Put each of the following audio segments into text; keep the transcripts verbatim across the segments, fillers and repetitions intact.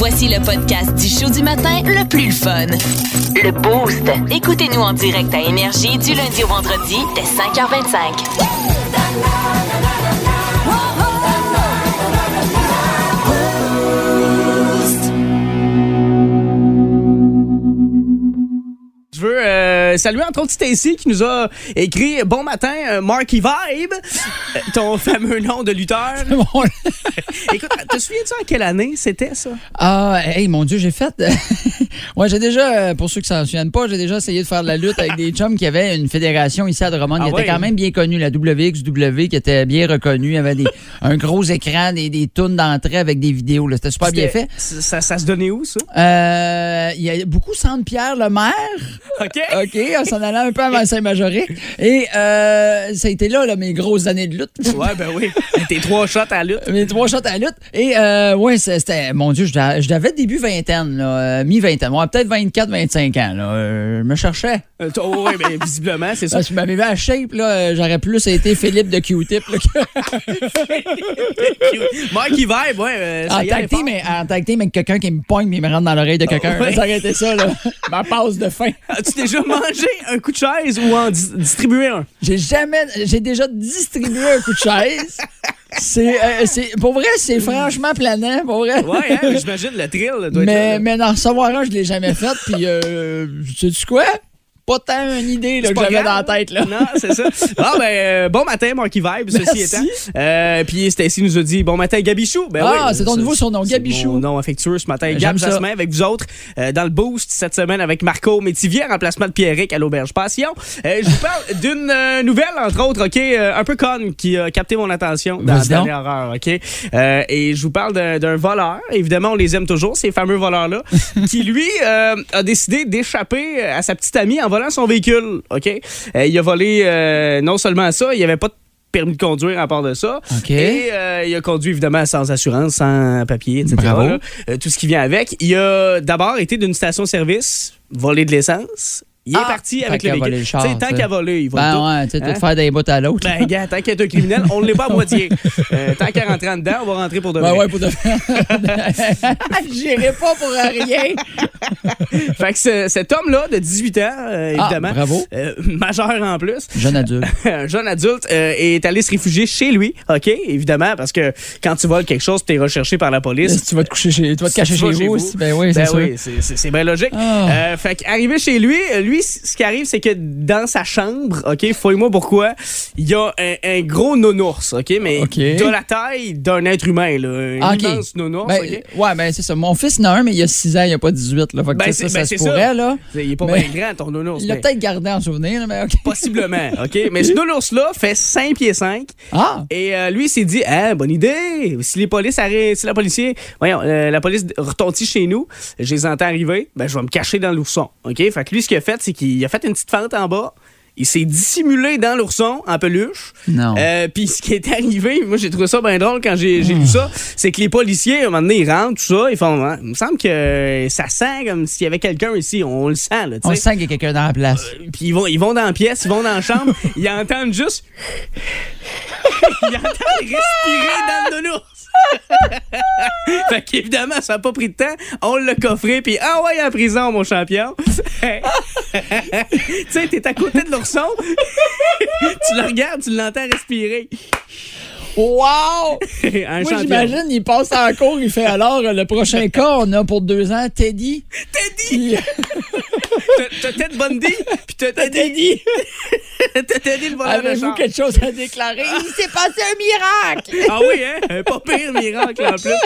Voici le podcast du show du matin le plus fun. Le Boost. Écoutez-nous en direct à Énergie du lundi au vendredi dès cinq heures vingt-cinq. Je veux euh, saluer entre autres Stacy qui nous a écrit « Bon matin, euh, Marky Vibe », ton fameux nom de lutteur. Bon. Écoute, te souviens-tu en quelle année c'était ça? Ah, hey, mon Dieu, j'ai fait... ouais, j'ai déjà, pour ceux qui s'en souviennent pas, j'ai déjà essayé de faire de la lutte avec des chums qui avaient une fédération ici à Drummond. Ah qui ouais. était quand même bien connue, la W X W, qui était bien reconnue. Il y avait des, un gros écran, des, des tunes d'entrée avec des vidéos. Là. C'était super C'était, bien fait. Ça, ça se donnait où, ça? Euh, il y a beaucoup Centre-Pierre-le-Maire. OK. OK, on s'en allait un peu avant Saint-Majoric. Et euh, ça a été là, là, mes grosses années de lutte. Ouais, ben oui. Tes trois shots à la lutte. Mes trois shots à la lutte. Et euh, ouais, c'était... Mon Dieu, je l'avais début vingtaine, là, euh, mi-vingtaine. Ouais, peut-être vingt-quatre vingt-cinq ans. Là. Euh, je me cherchais. Euh, oh, oui, bien visiblement, c'est ça. Parce que je m'avais mis à shape, là, j'aurais plus été Philippe de Q-Tip. Là, Marky Vibe, ouais. Euh, ça en, y tag allait team, fort. mais, en tag team avec quelqu'un qui me pogne et me rentre dans l'oreille de quelqu'un. Oh, ouais. Ça aurait été ça, là. Ma passe de fin. As-tu déjà mangé un coup de chaise ou en di- distribué un? J'ai jamais... J'ai déjà distribué un coup de chaise. C'est, euh, c'est, pour vrai, c'est franchement planant, pour vrai. Ouais, hein, j'imagine le thrill doit être là, Mais, là. mais d'en recevoir un, je l'ai jamais fait. Puis, euh, sais-tu quoi? Pas tant une idée là, C'est que pas j'avais grave. dans la tête. Là. Non, c'est ça. Ah, ben, euh, bon matin, Marky Vibe, ceci Merci. étant. Euh, puis Stacy nous a dit bon matin, Gabichou. Ben Ah, oui, c'est ton ça, nouveau surnom, c'est Gabichou. Mon nom affectueux ce matin. J'aime Gab ça. Jasmin avec vous autres euh, dans le Boost cette semaine avec Marco Métivier, remplacement de Pierrick à l'Auberge Passion. Euh, je vous parle d'une euh, nouvelle, entre autres, OK, euh, un peu conne qui a capté mon attention dans la Vas-y donc. dernière heure, OK? Euh, et je vous parle d'un, d'un voleur. Évidemment, on les aime toujours, ces fameux voleurs-là, qui, lui, euh, a décidé d'échapper à sa petite amie en volant son véhicule. OK? Euh, il a volé euh, non seulement ça, il n'y avait pas de permis de conduire à part de ça. OK. Et euh, il a conduit évidemment sans assurance, sans papier, et cetera. Bravo. Là, euh, tout ce qui vient avec. Il a d'abord été d'une station-service, volé de l'essence. Il est Ah, parti tant avec le qu'à voler véhicule. le char, T'sais, tant ça. qu'à voler, il vole Ben tout. ouais, tu sais, Hein? tout faire des bouts à l'autre. Ben, gars, tant qu'à être un criminel, on ne l'est pas à moitié. Euh, tant qu'à rentrer en dedans, on va rentrer pour de vrai. Ben ouais, pour de J'irai pas pour rien. Fait que ce- cet homme-là, de dix-huit ans, euh, Ah, évidemment, bravo. euh, majeur en plus, Jeune adulte. un jeune adulte euh, est allé se réfugier chez lui, OK, évidemment, parce que quand tu voles quelque chose, tu es recherché par la police. Tu vas te coucher chez, tu vas te cacher Tu chez vas vous. chez vous. aussi. Ben oui, c'est Ben sûr. oui, c'est, c'est, c'est bien logique. Ah. Euh, fait qu'arrivé chez lui, lui, ce qui arrive, c'est que dans sa chambre, OK, fouille-moi pourquoi, il y a un, un gros nounours, OK, mais OK. de la taille d'un être humain, là, un Ah, OK. immense nounours, Ben, OK? ouais, ben c'est ça. Mon fils en a un, mais il a six ans, il a pas dix-huit. Là. Fait que Ben, ça, c'est- ça, ben, se c'est pourrait, ça. là. Il est pas Mais- bien grand, ton nounours. Il l'a mais- peut-être gardé en souvenir, là, mais OK. Possiblement, OK? Mais ce nounours-là fait cinq pieds cinq. Ah! Et euh, lui, il s'est dit, ah, bonne idée. Si les polices arrêtent, si la policier, voyons, euh, la police retentit chez nous, je les entends arriver, ben, je vais me cacher dans l'ourson. OK? Fait que lui, ce qu'il a fait, c'est qu'il a fait une petite fente en bas. Il s'est dissimulé dans l'ourson en peluche. Non. Euh, Puis ce qui est arrivé, moi j'ai trouvé ça bien drôle quand j'ai, j'ai lu ça, c'est que les policiers, à un moment donné, ils rentrent, tout ça, ils font, hein, il me semble que ça sent comme s'il y avait quelqu'un ici, on le sent, là, tu On sais. sent qu'il y a quelqu'un dans la place. Puis ils vont, ils vont dans la pièce, ils vont dans la chambre, ils entendent juste. Ils entendent respirer dans le nounours. Fait qu'évidemment, ça n'a pas pris de temps. On l'a coffré, puis ah ouais, en prison, mon champion. Tu sais, t'es à côté de l'ourson. Tu le regardes, tu l'entends respirer. Wow! Un Moi, champion. j'imagine, il passe en cours, il fait alors, le prochain cas, on a pour deux ans Teddy. Teddy! T'as- T'as Ted Bundy, puis t'as Teddy. Teddy! T'as Teddy le voleur de Avez-vous char. quelque chose à déclarer? Il s'est passé un miracle! Ah oui, hein? Un pas pire miracle en plus.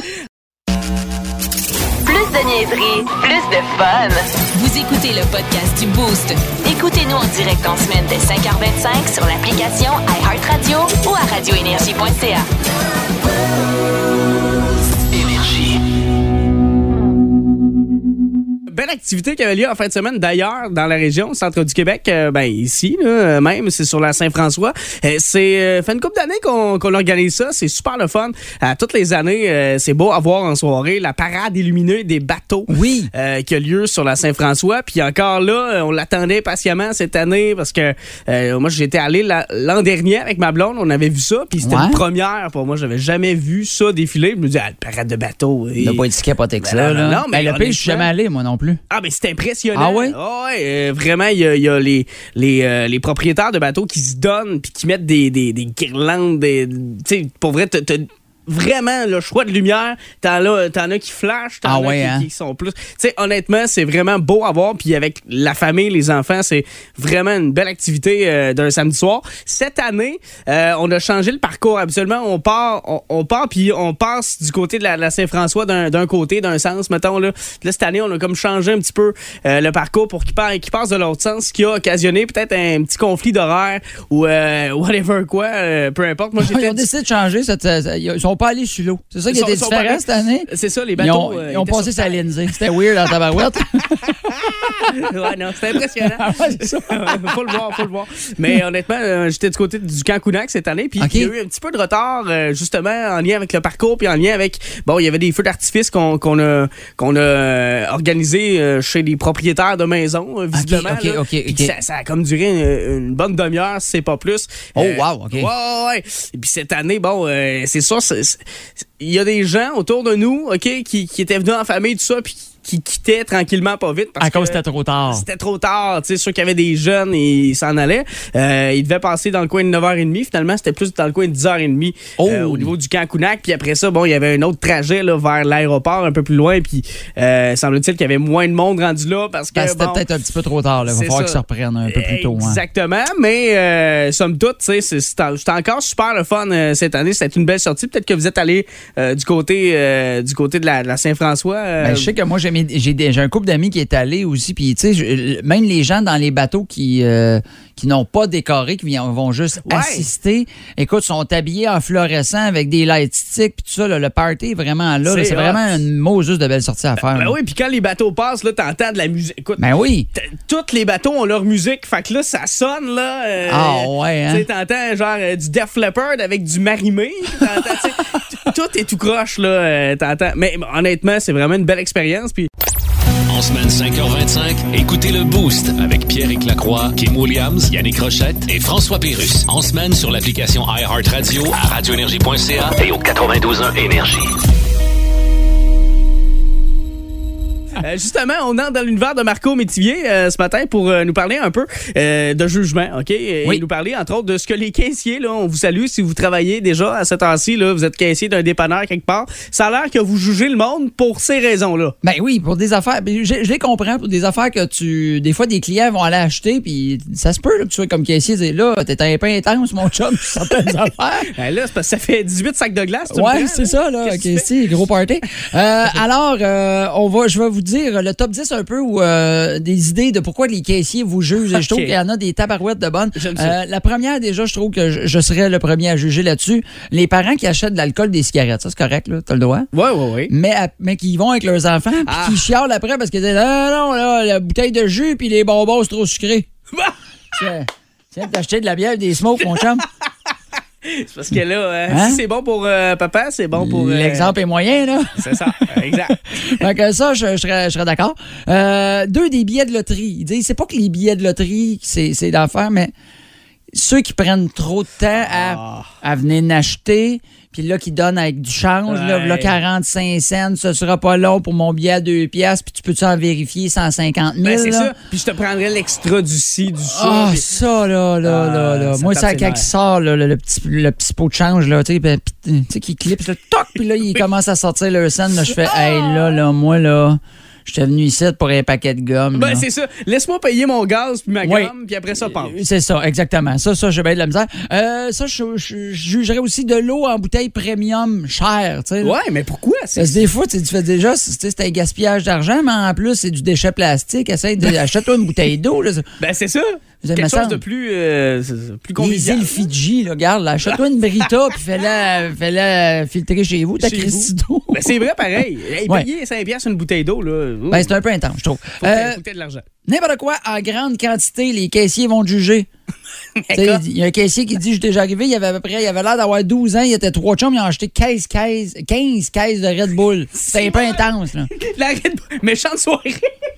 Plus de niaiserie, plus de fun. Vous écoutez le podcast du Boost. Écoutez-nous en direct en semaine dès cinq heures vingt-cinq sur l'application iHeartRadio ou à radio énergie point c a. Ben belle activité qui avait lieu en fin de semaine d'ailleurs dans la région, centre du Québec, euh, ben ici là, même, c'est sur la Saint-François. Euh, c'est euh, fait une couple d'années qu'on, qu'on organise ça, c'est super le fun. Euh, toutes les années, euh, c'est beau à voir en soirée la parade illuminée des bateaux oui. euh, qui a lieu sur la Saint-François. Puis encore là, on l'attendait patiemment cette année parce que euh, moi j'étais allé la, l'an dernier avec ma blonde, on avait vu ça, puis c'était ouais. une première pour moi, j'avais jamais vu ça défiler. Je me disais, ah, parade de bateau. Il n'a pas été capoté que ça. Ben, là. Non, mais ben, le pire, je suis jamais allé, moi non plus. Ah, mais c'est impressionnant. Ah ouais? Oh, ouais euh, vraiment, il y a, y a les, les, euh, les propriétaires de bateaux qui se donnent puis qui mettent des, des, des guirlandes. Tu sais, pour vrai, t'as, t'as vraiment le choix de lumière. T'en as, t'en as qui flashent, t'en ah as ouais, qui, hein? qui sont plus. Tu sais, honnêtement, c'est vraiment beau à voir. Puis avec la famille, les enfants, c'est vraiment une belle activité euh, d'un samedi soir. Cette année, euh, on a changé le parcours. Habituellement, on part, on, on part puis on passe du côté de la, la Saint-François d'un, d'un côté, d'un sens, mettons. Là. là, cette année, on a comme changé un petit peu euh, le parcours pour qu'il, part, qu'il passe de l'autre sens, ce qui a occasionné peut-être un petit conflit d'horaire ou euh, whatever quoi, euh, peu importe. Moi, j'étais ils ont décidé de changer. Cette, ils sont pas allés sur l'eau. C'est ça qui était différent pas... cette année. C'est ça, les bateaux. Ils ont, euh, ils ont passé sa Lindsay. C'était weird en tabarouette. Ouais, non, c'était impressionnant. Ah ouais, c'est ça. faut le voir, faut le voir. Mais honnêtement, euh, j'étais du côté du Cancounac cette année, puis okay. il y a eu un petit peu de retard, euh, justement, en lien avec le parcours, puis en lien avec, bon, il y avait des feux d'artifice qu'on, qu'on a, qu'on a euh, organisés euh, chez les propriétaires de maisons, euh, visiblement. OK, OK, OK. okay. Ça, ça a comme duré une, une bonne demi-heure, si c'est pas plus. Oh, euh, wow, OK. Ouais, ouais, ouais. Et puis cette année, bon, euh, c'est ça, c'est, c'est, il y a des gens autour de nous, OK, qui, qui étaient venus en famille, tout ça, puis qui quittaient tranquillement pas vite. Parce à cause que c'était trop tard. C'était trop tard. Tu sais, ceux qui avaient des jeunes, ils s'en allaient. Euh, ils devaient passer dans le coin de neuf heures trente. Finalement, c'était plus dans le coin de dix heures trente oh. euh, au niveau du Cancounac. Puis après ça, bon, il y avait un autre trajet là, vers l'aéroport, un peu plus loin. Puis euh, semble-t-il qu'il y avait moins de monde rendu là parce que. Ben, c'était bon, peut-être un petit peu trop tard. Il va falloir qu'ils se reprennent un peu plus tôt. Exactement. Hein. Mais euh, somme toute, tu sais, c'est, c'est, c'était encore super le fun euh, cette année. C'était une belle sortie. Peut-être que vous êtes allé euh, du côté euh, du côté de la, de la Saint-François. Euh... Ben, je sais que moi, j'ai, mes, j'ai, j'ai un couple d'amis qui est allé aussi, puis tu sais, même les gens dans les bateaux qui, euh, qui n'ont pas décoré, qui vont juste ouais. assister, écoute, sont habillés en fluorescent avec des light sticks, puis tout ça, là, le party est vraiment là, c'est, là, c'est vraiment une Moses de belle sortie à faire. Ben, ben oui, puis quand les bateaux passent, là, t'entends de la musique. Écoute, ben oui. Tous les bateaux ont leur musique, fait que là, ça sonne, là. Euh, ah ouais, hein? Tu sais, t'entends genre euh, du Def Leppard avec du Marimé, t'entends, tout est tout croche, là, euh, t'entends. Mais honnêtement, c'est vraiment une belle expérience, puis... En semaine cinq heures vingt-cinq, écoutez le Boost avec Pierre-Éric Lacroix, Kim Williams, Yannick Rochette et François Pérusse. En semaine sur l'application iHeartRadio à radio énergie point c a et au quatre-vingt-douze un Énergie. Euh, justement, on entre dans l'univers de Marco Métivier euh, ce matin pour euh, nous parler un peu euh, de jugement, OK? Et oui. nous parler, entre autres, de ce que les caissiers, là, on vous salue si vous travaillez déjà à cette heure-ci, là, vous êtes caissier d'un dépanneur quelque part. Ça a l'air que vous jugez le monde pour ces raisons-là. Ben oui, pour des affaires, je, je les comprends, pour des affaires que tu... Des fois, des clients vont aller acheter, puis ça se peut là, que tu sois comme caissier, et là, t'es un peu intense, mon chum, sur certaines affaires. Ben là, c'est parce que ça fait dix-huit sacs de glace, tu ouais, me prends, c'est là? ça, là, caissier, gros party. Euh, alors, euh, on va, je vais vous dire le top dix un peu où, euh, des idées de pourquoi les caissiers vous jugent. Okay. Je trouve qu'il y en a des tabarouettes de bonnes. Euh, la première, déjà, je trouve que je, je serais le premier à juger là-dessus. Les parents qui achètent de l'alcool, des cigarettes, ça, c'est correct, là, t'as le droit. Oui, oui, oui. Mais, mais qui y vont avec leurs enfants, puis ah. qui chialent après parce qu'ils disent non, non, là, la bouteille de jus puis les bonbons, c'est trop sucré. Tiens, tiens, t'acheter de la bière, des smokes, mon chum. C'est parce que là, euh, hein? si c'est bon pour euh, papa, c'est bon pour... Euh... L'exemple est moyen, là. C'est ça, exact. Donc ça, je, je, serais, je serais d'accord. Euh, deux, des billets de loterie. Ils disent, c'est pas que les billets de loterie, c'est, c'est d'affaires, mais ceux qui prennent trop de temps à, oh. à venir n'acheter, puis là, qui donnent avec du change, ouais. là, là, quarante-cinq cents, ce sera pas long pour mon billet à deux piastres, puis tu peux-tu en vérifier cent cinquante mille? Ben, c'est là? ça. Puis je te prendrais l'extra du ci, du ça. Ah, puis... ça, là, là, ah, là, là. Moi, ça, quand il sort, là, le, le, petit, le petit pot de change, là, tu sais, ben, qui clipse, là, toc, puis là, il commence à sortir le scène, là, je fais, hey, là, là, moi, là... J'étais venu ici pour un paquet de gomme. Ben, là. c'est ça. Laisse-moi payer mon gaz puis ma oui. gomme, puis après ça, passe. C'est ça, exactement. Ça, ça, j'ai bien de la misère. Euh, ça, je, je, je jugerais aussi de l'eau en bouteille premium chère, tu sais. Ouais, mais pourquoi? C'est... Parce que des fois, tu fais déjà, c'est un gaspillage d'argent, mais en plus, c'est du déchet plastique. Essaye de, achète-toi une bouteille d'eau, là. Ben, c'est ça. Quelque chose de plus, euh, plus convivial. Les îles Fidji, là, regarde, là, achète-toi une Brita puis fais-la, fais-la filtrer chez vous, ta Christy d'eau. Ben, c'est vrai, pareil. Hey, Ouais. payer cinq piastres une bouteille d'eau, là. Ouh. Ben, c'est un peu intense, je trouve. Faut que Euh, faut que t'aies de l'argent. N'importe quoi, en grande quantité, les caissiers vont te juger. Il y a un caissier qui dit, j'étais déjà arrivé, il avait à peu près, il avait l'air d'avoir douze ans, il était trois chums, ils ont acheté quinze caisses, quinze caisses de Red Bull. C'était un peu intense, là. La Red Bull, méchante soirée.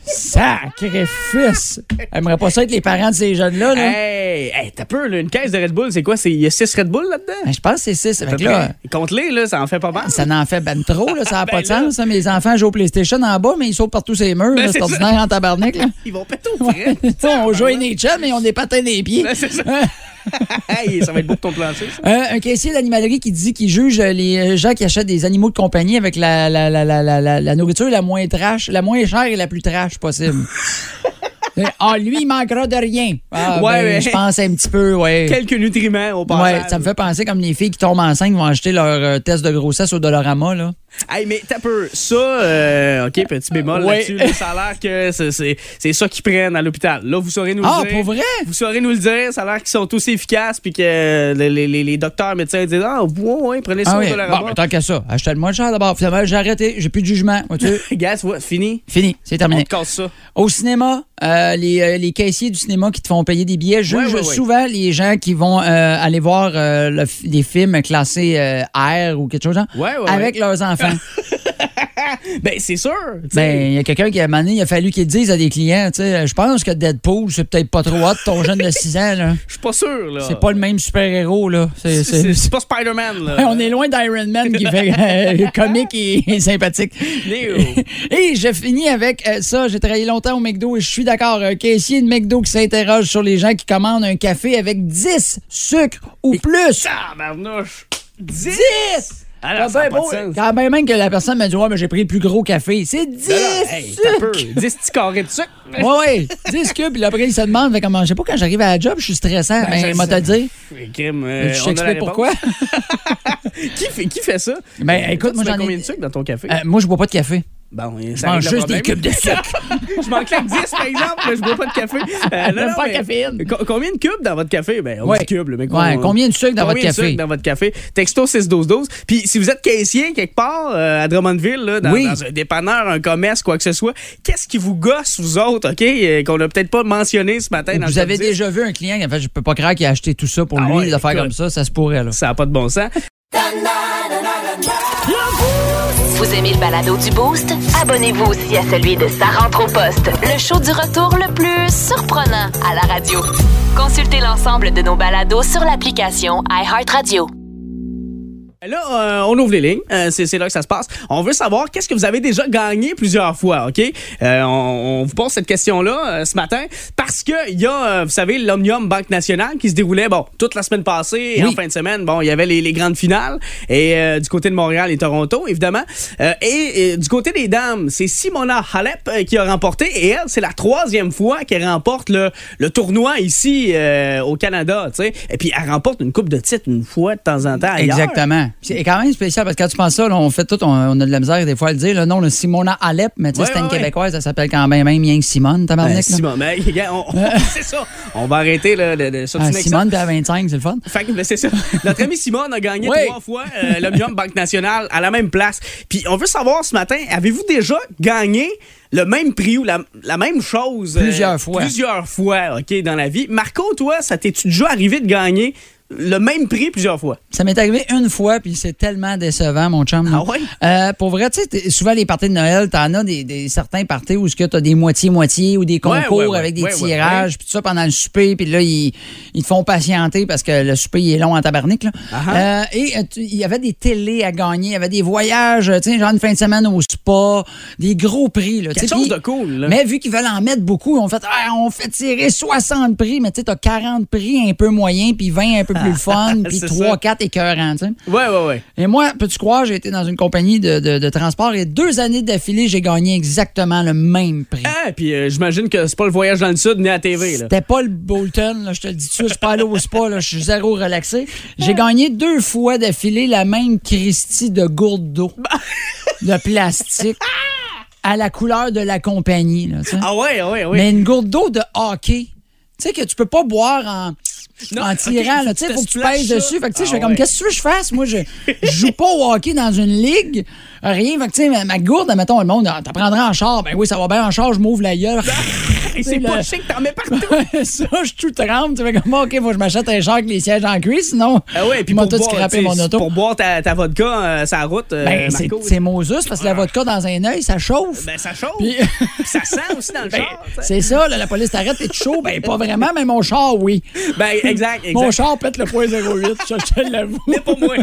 Sacrifice! J'aimerais pas ça être les parents de ces jeunes-là, là. Hey, hey, t'as peur, là, une caisse de Red Bull, c'est quoi? Il y a six Red Bull là-dedans? Ben, je pense que c'est six. À Fait peu que là, près. Compte-les, là, ça en fait pas mal. ça n'en fait ben trop, là, ça n'a Ben pas de là. sens. Hein. Mes enfants jouent au PlayStation en bas, mais ils sautent partout ces murs. Ben, là, c'est c'est ordinaire en tabarnak. Là. Ils vont péter au frais. On joue à N H L, mais on est patins des pieds. Ben, c'est ça. Hey, ça va être beau pour ton plancher, ça. Euh, un caissier d'animalerie qui dit qu'il juge les gens qui achètent des animaux de compagnie avec la, la, la, la, la, la, la nourriture la moins trash, la moins chère et la plus trash possible. Ah, lui, il manquera de rien. Ah, Ouais, ben, mais- je pense un petit peu, ouais. Quelques nutriments au passage. Ouais, ça me fait penser comme les filles qui tombent enceintes vont acheter leur euh, test de grossesse au Dollarama, là. Hey, mais t'as peu. Ça, euh, OK, petit bémol Ouais. là-dessus. Là, ça a l'air que c'est, c'est, c'est ça qu'ils prennent à l'hôpital. Là, vous saurez nous Ah, le dire. pour vrai? Vous saurez nous le dire. Ça a l'air qu'ils sont aussi efficaces puis que les, les, les, les docteurs, médecins disent « Ah, ouais, ouais, prenez ça Ah au oui. Dollarama. Bon, mais tant qu'à ça, achetez-le-moi cher d'abord. Finalement, j'ai arrêté, j'ai plus de jugement. Vois-tu? Gars, tu vois, fini. Fini, c'est On terminé. te casse ça. Au cinéma, euh, les, euh, les caissiers du cinéma qui te font payer des billets jugent Ouais, ouais, ouais. souvent les gens qui vont euh, aller voir euh, le f- des films classés euh, R ou quelque chose genre Ouais, ouais, avec ouais. leurs enfants. Ben, c'est sûr. tu sais. Ben, il y a quelqu'un qui a mané, il a fallu qu'il dise à des clients, tu sais, je pense que Deadpool, c'est peut-être pas trop hot, ton jeune de six ans, là. Je suis pas sûr, là. C'est pas le même super-héros, là. C'est, C'est, c'est- c'est pas Spider-Man, là. Ouais, on est loin d'Iron Man qui fait euh, comique et sympathique. Néo. Et je finis avec euh, ça. J'ai travaillé longtemps au McDo et je suis d'accord. Un caissier de McDo qui s'interroge sur les gens qui commandent un café avec dix sucres ou plus. Tabarnouche. dix! dix! Ah non, Quand ça a ben, pas de bon, sens. quand ben même que la personne m'a dit, ouais, mais j'ai pris le plus gros café. C'est dix Non, non, hey, t'as peu. sucres! dix petits carrés de sucre. Ouais, ouais, dix cubes. Puis après, il se demande, fait comment, je sais pas, quand j'arrive à la job, je suis stressant. Ben, Ben, je moi, sais. te dire. Crime, euh, Je on a la t'explique réponse. pourquoi. qui, fait, qui fait ça? Ben, écoute, Toi, moi, tu mets j'en ai- combien de sucre dans ton café? Euh, moi, je bois pas de café. Bon, Je ça mange règle le juste des problème. cubes de sucre. Je m'en claque dix, par exemple, mais je bois pas de café. Euh, J'aime non, non, pas la mais- caféine. Co- Combien de cubes dans votre café? Ben, on Ouais. dit cubes, là, mais Ouais, combien de sucre dans combien votre de sucre café? dans votre café? Texto six douze douze. Puis si vous êtes caissier quelque part euh, à Drummondville, là, dans, Oui. dans un dépanneur, un commerce, quoi que ce soit, qu'est-ce qui vous gosse, vous autres, OK, euh, qu'on a peut-être pas mentionné ce matin dans le Vous top avez dix? déjà vu un client qui a fait, je peux pas croire qu'il a acheté tout ça pour Ah lui, ouais, des affaires écoute. comme ça, ça se pourrait, là. Ça n'a pas de bon sens. Vous aimez le balado du Boost? Abonnez-vous aussi à celui de Sa rentre au poste, le show du retour le plus surprenant à la radio. Consultez l'ensemble de nos balados sur l'application iHeartRadio. Là, euh, on ouvre les lignes. Euh, c'est, c'est là que ça se passe. On veut savoir qu'est-ce que vous avez déjà gagné plusieurs fois, OK? Euh, on, on vous pose cette question-là euh, ce matin parce que il y a, euh, vous savez, l'Omnium Banque Nationale qui se déroulait, bon, toute la semaine passée et Oui. en fin de semaine, bon, il y avait les, les grandes finales et euh, du côté de Montréal et Toronto, évidemment. Euh, et, et du côté des dames, c'est Simona Halep euh, qui a remporté et elle, c'est la troisième fois qu'elle remporte le, le tournoi ici euh, au Canada, tu sais. Et puis, elle remporte une coupe de titres une fois de temps en temps ailleurs. Exactement. C'est quand même spécial parce que quand tu penses ça, là, on fait tout, on, on a de la misère des fois à le dire. Le nom, le Simona Halep, mais tu sais, Ouais, c'était une ouais, ouais. Québécoise, elle s'appelle quand même même rien que Simone, Ben, tabarnak. là. Simon, mais regarde, on- on- c'est ça. On va arrêter là, de, de Ah, s'obstiner avec ça. Simone, puis à vingt-cinq, c'est le fun. Fait que, ben, c'est ça. Notre ami Simone a gagné Oui. trois fois euh, l'Omnium Banque Nationale à la même place. Puis on veut savoir ce matin, avez-vous déjà gagné le même prix ou la, la même chose euh, Plusieurs fois. Plusieurs fois, OK, dans la vie. Marco, toi, ça t'es-tu déjà arrivé de gagner le même prix plusieurs fois? Ça m'est arrivé une fois, puis c'est tellement décevant, mon chum. là. Ah ouais? Euh, pour vrai, tu sais, t'es- souvent les parties de Noël, t'en as des, des certains parties où tu as des moitiés-moitiés ou des concours Ouais, ouais, ouais. avec des Ouais, ouais, tirages, puis tout ça pendant le souper, puis là, ils, ils te font patienter parce que le souper il est long en tabarnak. Là. Ah Euh, et euh, tu- il y avait des télés à gagner, il y avait des voyages, tu sais, genre une fin de semaine au spa, des gros prix. Là, tu sais, Quelque chose puis- de cool, là. Mais vu qu'ils veulent en mettre beaucoup, on fait, ah, on fait tirer soixante prix, mais tu sais, t'as quarante prix un peu moyens, puis vingt un peu plus le fun, puis C'est trois ça. quatre écœurants, tu sais. Ouais, ouais, ouais. Et moi, peux-tu croire, j'ai été dans une compagnie de, de, de transport et deux années d'affilée, j'ai gagné exactement le même prix. Ah, puis euh, j'imagine que c'est pas le voyage dans le sud ni à la T V, là. C'était pas le Bolton, là, je te le dis tout de suite, je suis pas allé au spa, là, je suis zéro relaxé. J'ai gagné deux fois d'affilée la même Christie de gourde d'eau de plastique à la couleur de la compagnie. Là, tu sais. Ah ouais, ah ouais, ah ouais. Mais une gourde d'eau de hockey. sais, que tu peux pas boire en... Non, en tirant, okay, là, tu sais, faut que tu pèses ça. dessus. Fait que, tu sais, Ah, je fais comme, ouais. qu'est-ce que tu veux que je fasse? Moi, je, je joue pas au hockey dans une ligue, rien. Fait que, tu sais, ma, ma gourde, mettons, le monde, t'apprendras en char. Ben oui, ça va bien en char, je m'ouvre la gueule. Et c'est le- pas chic, t'en mets partout. Ça, je tout tremble. Tu fais comme, OK, faut que je m'achète un char avec les sièges en cuir, sinon, Ah ouais, puis ils m'ont pour tout boire, scrappé tu sais, mon auto. pour boire ta, ta vodka euh, sur la route, euh, Ben, c'est, Marco, c'est Moses, parce que la vodka dans un œil, ça chauffe. ben, ça chauffe. Puis- Puis ça sent aussi dans le Ben, char. tu sais. c'est ça, là, la police t'arrête, t'es chaud. Ben, pas vraiment, mais mon char, oui. Ben, exact, exact. Mon char pète le point zéro huit, je, je te l'avoue. Mais pas moi.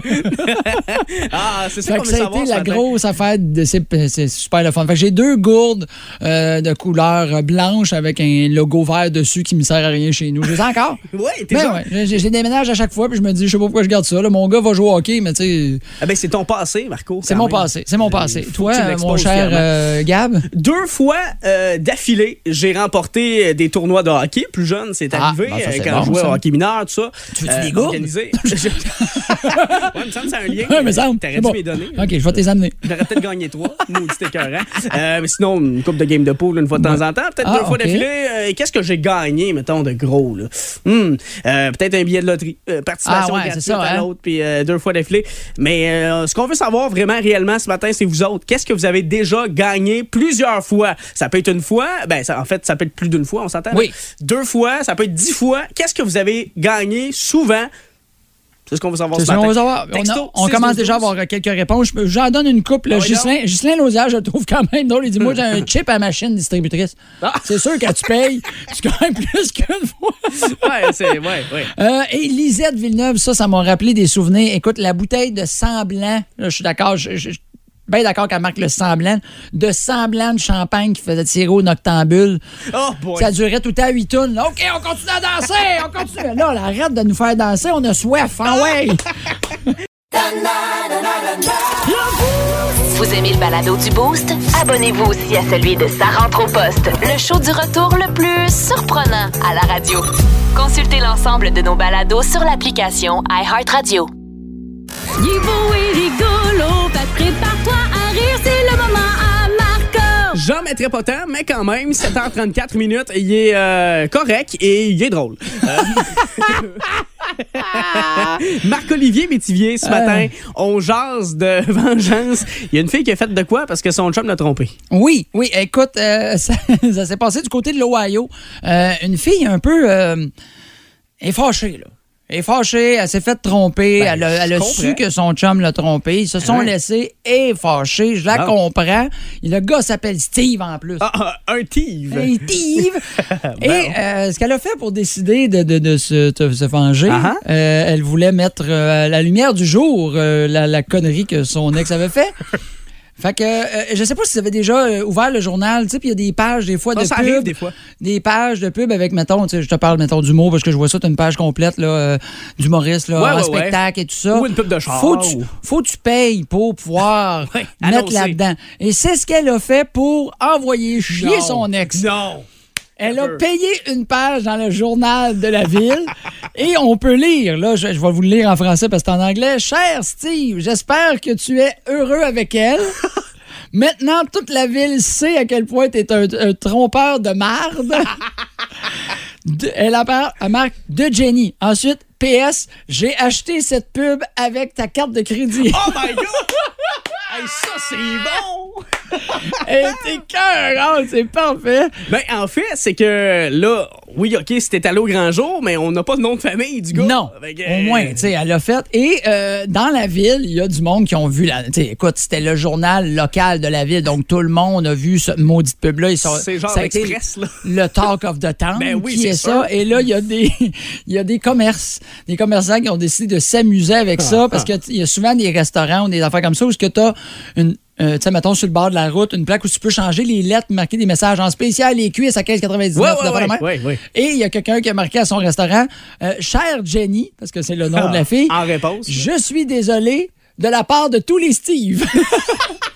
Ah, c'est ça Fait qu'on que veut ça a savoir été ce la matin. grosse affaire. De, c'est, c'est super le fun. Fait que j'ai deux gourdes euh, de couleur blanche avec un logo vert dessus qui me sert à rien chez nous. Je les ai encore. Ouais, t'es Ben ça. ouais, j'ai, j'ai des ménages à chaque fois, puis je me dis, je sais pas pourquoi je garde ça. Là. Mon gars va jouer au hockey, mais tu sais, Ah ben, c'est ton passé, Marco. c'est quand mon même. passé. C'est mon passé. Faut Toi, que tu euh, l'exposes mon cher fièrement. euh, Gab? Deux fois euh, d'affilée, j'ai remporté des tournois de hockey. Plus jeune, c'est Ah, arrivé ben ça, c'est euh, quand bon, je jouais ça. au hockey mineur, tout ça. Tu veux-tu des gourdes? organisé. Ouais, il me semble que c'est un lien. Ouais, mais ça, T'aurais c'est dû bon. m'y donner. OK, je vais te les amener. J'aurais peut-être gagné trois. Maudit écœurant. Euh, mais sinon, une coupe de game de pool une fois de temps en temps. Peut-être Ah, deux fois ok. d'affilée. Euh, qu'est-ce que j'ai gagné, mettons, de gros, là? Hmm, euh, peut-être un billet de loterie. Euh, participation Ah ouais, gratuite c'est ça, à hein? l'autre, puis euh, deux fois d'affilée. Mais euh, ce qu'on veut savoir vraiment réellement ce matin, c'est vous autres. Qu'est-ce que vous avez déjà gagné plusieurs fois? Ça peut être une fois. Ben, ça, en fait, ça peut être plus d'une fois, on s'entend? Oui. là? Deux fois, ça peut être dix fois. Qu'est-ce que vous avez gagné souvent? C'est ce qu'on veut savoir C'est ce ça, matin. on va savoir. On, a- Texto, on six commence douze déjà à douze. avoir quelques réponses. Je- J'en donne une couple. Ah oui, Ghislain, Ghislain Lausière, je le trouve quand même drôle. Il dit, moi, j'ai un chip à machine distributrice. Ah. C'est sûr que tu payes, tu gagnes plus qu'une fois. Ouais, c'est. Ouais, ouais. Euh, et Lisette Villeneuve, ça, ça m'a rappelé des souvenirs. Écoute, la bouteille de sang blanc, là, je suis d'accord, je, je- je- bien d'accord qu'elle marque le sang blanc, de sang blanc de champagne qui faisait tirer au noctambule. Oh, boy. Ça durait tout le temps à huit tonnes. Là, OK, on continue à danser, on continue. Là, là, arrête de nous faire danser, on a soif, hein, ouais. Vous aimez le balado du Boost? Abonnez-vous aussi à celui de Sa rentre au poste, le show du retour le plus surprenant à la radio. Consultez l'ensemble de nos balados sur l'application iHeartRadio. Il est beau et rigolo, fait prépare-toi à rire, c'est le moment à Marco. J'en mettrais pas tant, mais quand même, sept heures trente-quatre minutes, il est euh, correct et il est drôle. Euh, Marc-Olivier Métivier, ce matin, on jase de vengeance. Il y a une fille qui a fait de quoi parce que son chum l'a trompé. Oui, oui, écoute, euh, ça, ça s'est passé du côté de l'Ohio. Euh, une fille un peu... Euh, elle est fâchée, là. Elle est fâchée, elle s'est fait tromper, Ben, elle a, elle a je su comprends. que son chum l'a trompé. Ils se sont Hein? laissés et fâchés. Je la Ah. comprends. Et le gars s'appelle Steve en plus. Ah, ah, un tive. Hey, Steve! Et Bon. euh, ce qu'elle a fait pour décider de, de, de se, de se venger, Ah ah. euh, elle voulait mettre euh, à la lumière du jour euh, la, la connerie que son ex avait fait. Fait que, euh, je sais pas si vous avez déjà euh, ouvert le journal, tu sais, puis il y a des pages, des fois, Ça, de ça pub. arrive des fois. Des pages de pub avec, mettons, tu sais, je te parle, mettons, d'humour, parce que je vois ça, t'as une page complète, là, euh, d'humoriste, là, Ouais, en ouais, spectacle et tout ça. Ou une pub de char, Faut que tu, ou- faut que tu payes pour pouvoir Ouais, mettre annoncer. là-dedans. Et c'est ce qu'elle a fait pour envoyer chier Non. son ex. Non. Elle a Un peu. payé une page dans le journal de la ville et on peut lire, là, je, je vais vous le lire en français parce que c'est en anglais. Cher Steve, j'espère que tu es heureux avec elle. Maintenant, toute la ville sait à quel point tu es un, un trompeur de marde. De- elle, apparaît, elle marque de Jenny. Ensuite, P S, j'ai acheté cette pub avec ta carte de crédit. Oh my God! Hey, ça, c'est bon! Elle était cœur, c'est parfait. Ben, en fait, c'est que là, oui, OK, c'était allé au grand jour, mais on n'a pas de nom de famille du gars. Non, Fait que, au moins, tu sais, elle l'a fait. Et euh, dans la ville, il y a du monde qui ont vu la. Tu sais, écoute, c'était le journal local de la ville, donc tout le monde a vu ce maudite pub-là. Ils sont- C'est genre ça a été Express, là. le talk of the town. Ben oui, qui c'est est sûr. ça. Et là, il y a des, il y a des commerces, des commerçants qui ont décidé de s'amuser avec ça parce qu'il y a souvent des restaurants ou des affaires comme ça où ce que tu as une. Euh, tu sais, mettons sur le bord de la route, une plaque où tu peux changer les lettres, marquer des messages en spécial, les cuisses à quinze quatre-vingt-dix-neuf. Ouais, des ouais, affaires de ouais, même. ouais, ouais. Et il y a quelqu'un qui a marqué à son restaurant, euh, Chère Jenny, parce que c'est le nom de la fille. En réponse. Je suis désolé de la part de tous les Steve.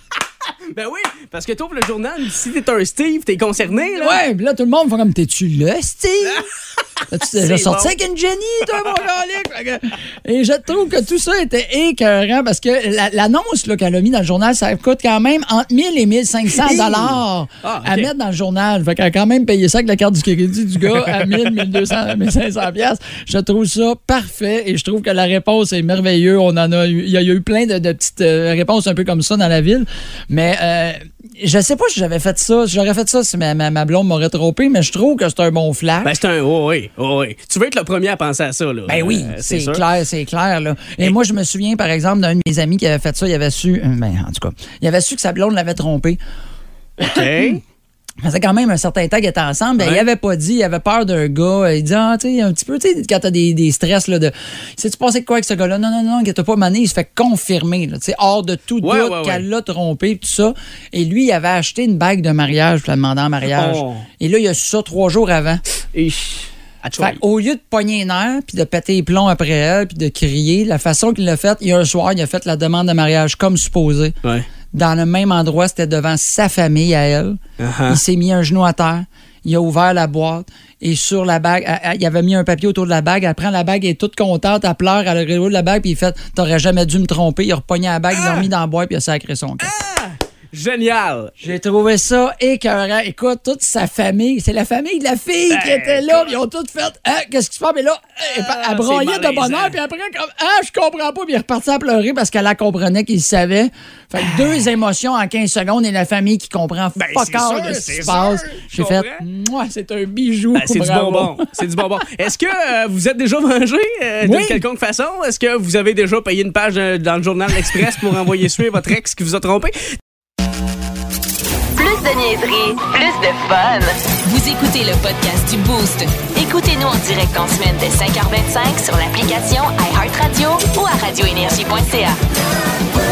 Ben oui, parce que t'ouvres le journal, si t'es un Steve, t'es concerné, là. Ouais, puis là, tout le monde fait comme, t'es-tu là, Steve? As-tu déjà C'est sorti bon. avec une Jenny, toi, mon gars? Et je trouve que tout ça était écœurant parce que la- l'annonce là, qu'elle a mis dans le journal, ça coûte quand même entre mille et mille cinq cents dollars Ah, à ok. mettre dans le journal. Fait qu'elle a quand même payé ça avec la carte du crédit du gars à mille, mille deux cents, mille cinq cents piastres. Je trouve ça parfait et je trouve que la réponse est merveilleuse. On en a eu, il y a eu plein de, de petites euh, réponses un peu comme ça dans la ville. Mais euh, je sais pas si j'avais fait ça. Si j'aurais fait ça, si ma, ma, ma blonde m'aurait trompé, mais je trouve que c'est un bon flash. Ben, c'est un. Oh, oui, oh, oui. Tu veux être le premier à penser à ça, là. Ben oui, Euh, c'est sûr. clair, c'est clair. Là. Et moi, je me souviens, par exemple, d'un de mes amis qui avait fait ça. Il avait su, euh, ben, en tout cas, il avait su que sa blonde l'avait trompé. OK. Ça faisait quand même un certain temps qu'ils étaient ensemble. Ben, Ouais. il avait pas dit, il avait peur d'un gars. Il dit, ah, tu sais, un petit peu, tu sais, quand t'as des, des stress, là, de. Sais-tu passé de quoi avec ce gars-là? Non, non, non, inquiète pas, mané, il se fait confirmer, là, tu sais, hors de tout Ouais, doute ouais, qu'elle ouais. l'a trompé, tout ça. Et lui, il avait acheté une bague de mariage, puis la demandé en mariage. Oh. Et là, il a su ça trois jours avant. Et... À Fait au lieu de pogner les nerfs, puis de péter les plombs après elle, puis de crier, la façon qu'il l'a fait, il y a un soir, il a fait la demande de mariage comme supposé. Ouais. Dans le même endroit, c'était devant sa famille à elle. Uh-huh. Il s'est mis un genou à terre. Il a ouvert la boîte et sur la bague, elle- elle- il avait mis un papier autour de la bague. Elle prend la bague, elle est toute contente, elle pleure, elle regarde la bague, puis il fait « T'aurais jamais dû me tromper. » Il a repogné la bague, il l'a remis dans la boîte, puis il a sacré son camp. Génial. J'ai trouvé ça écœurant. Écoute, toute sa famille, c'est la famille de la fille qui était là. Ils ont toutes fait ah, qu'est-ce qui se passe? Mais là, elle, elle broyait c'est de bonheur, malaisant. puis après, comme ah, je comprends pas. Puis il est reparti à pleurer parce qu'elle la comprenait qu'il savait. Fait que deux émotions en quinze secondes et la famille qui comprend Ben, pas c'est encore sûr, de ce qui c'est se passe. sûr, je J'ai fait, comprends. moi, c'est un bijou. Ben, c'est du Bravo. bonbon. C'est du bonbon. Est-ce que euh, vous êtes déjà mangé euh, d'une Oui. quelconque façon? Est-ce que vous avez déjà payé une page euh, dans le journal L'Express pour envoyer suivre votre ex qui vous a trompé? Plus de niaiserie, plus de fun. Vous écoutez le podcast du Boost. Écoutez-nous en direct en semaine dès cinq heures vingt-cinq sur l'application iHeartRadio ou à radio énergie point c a.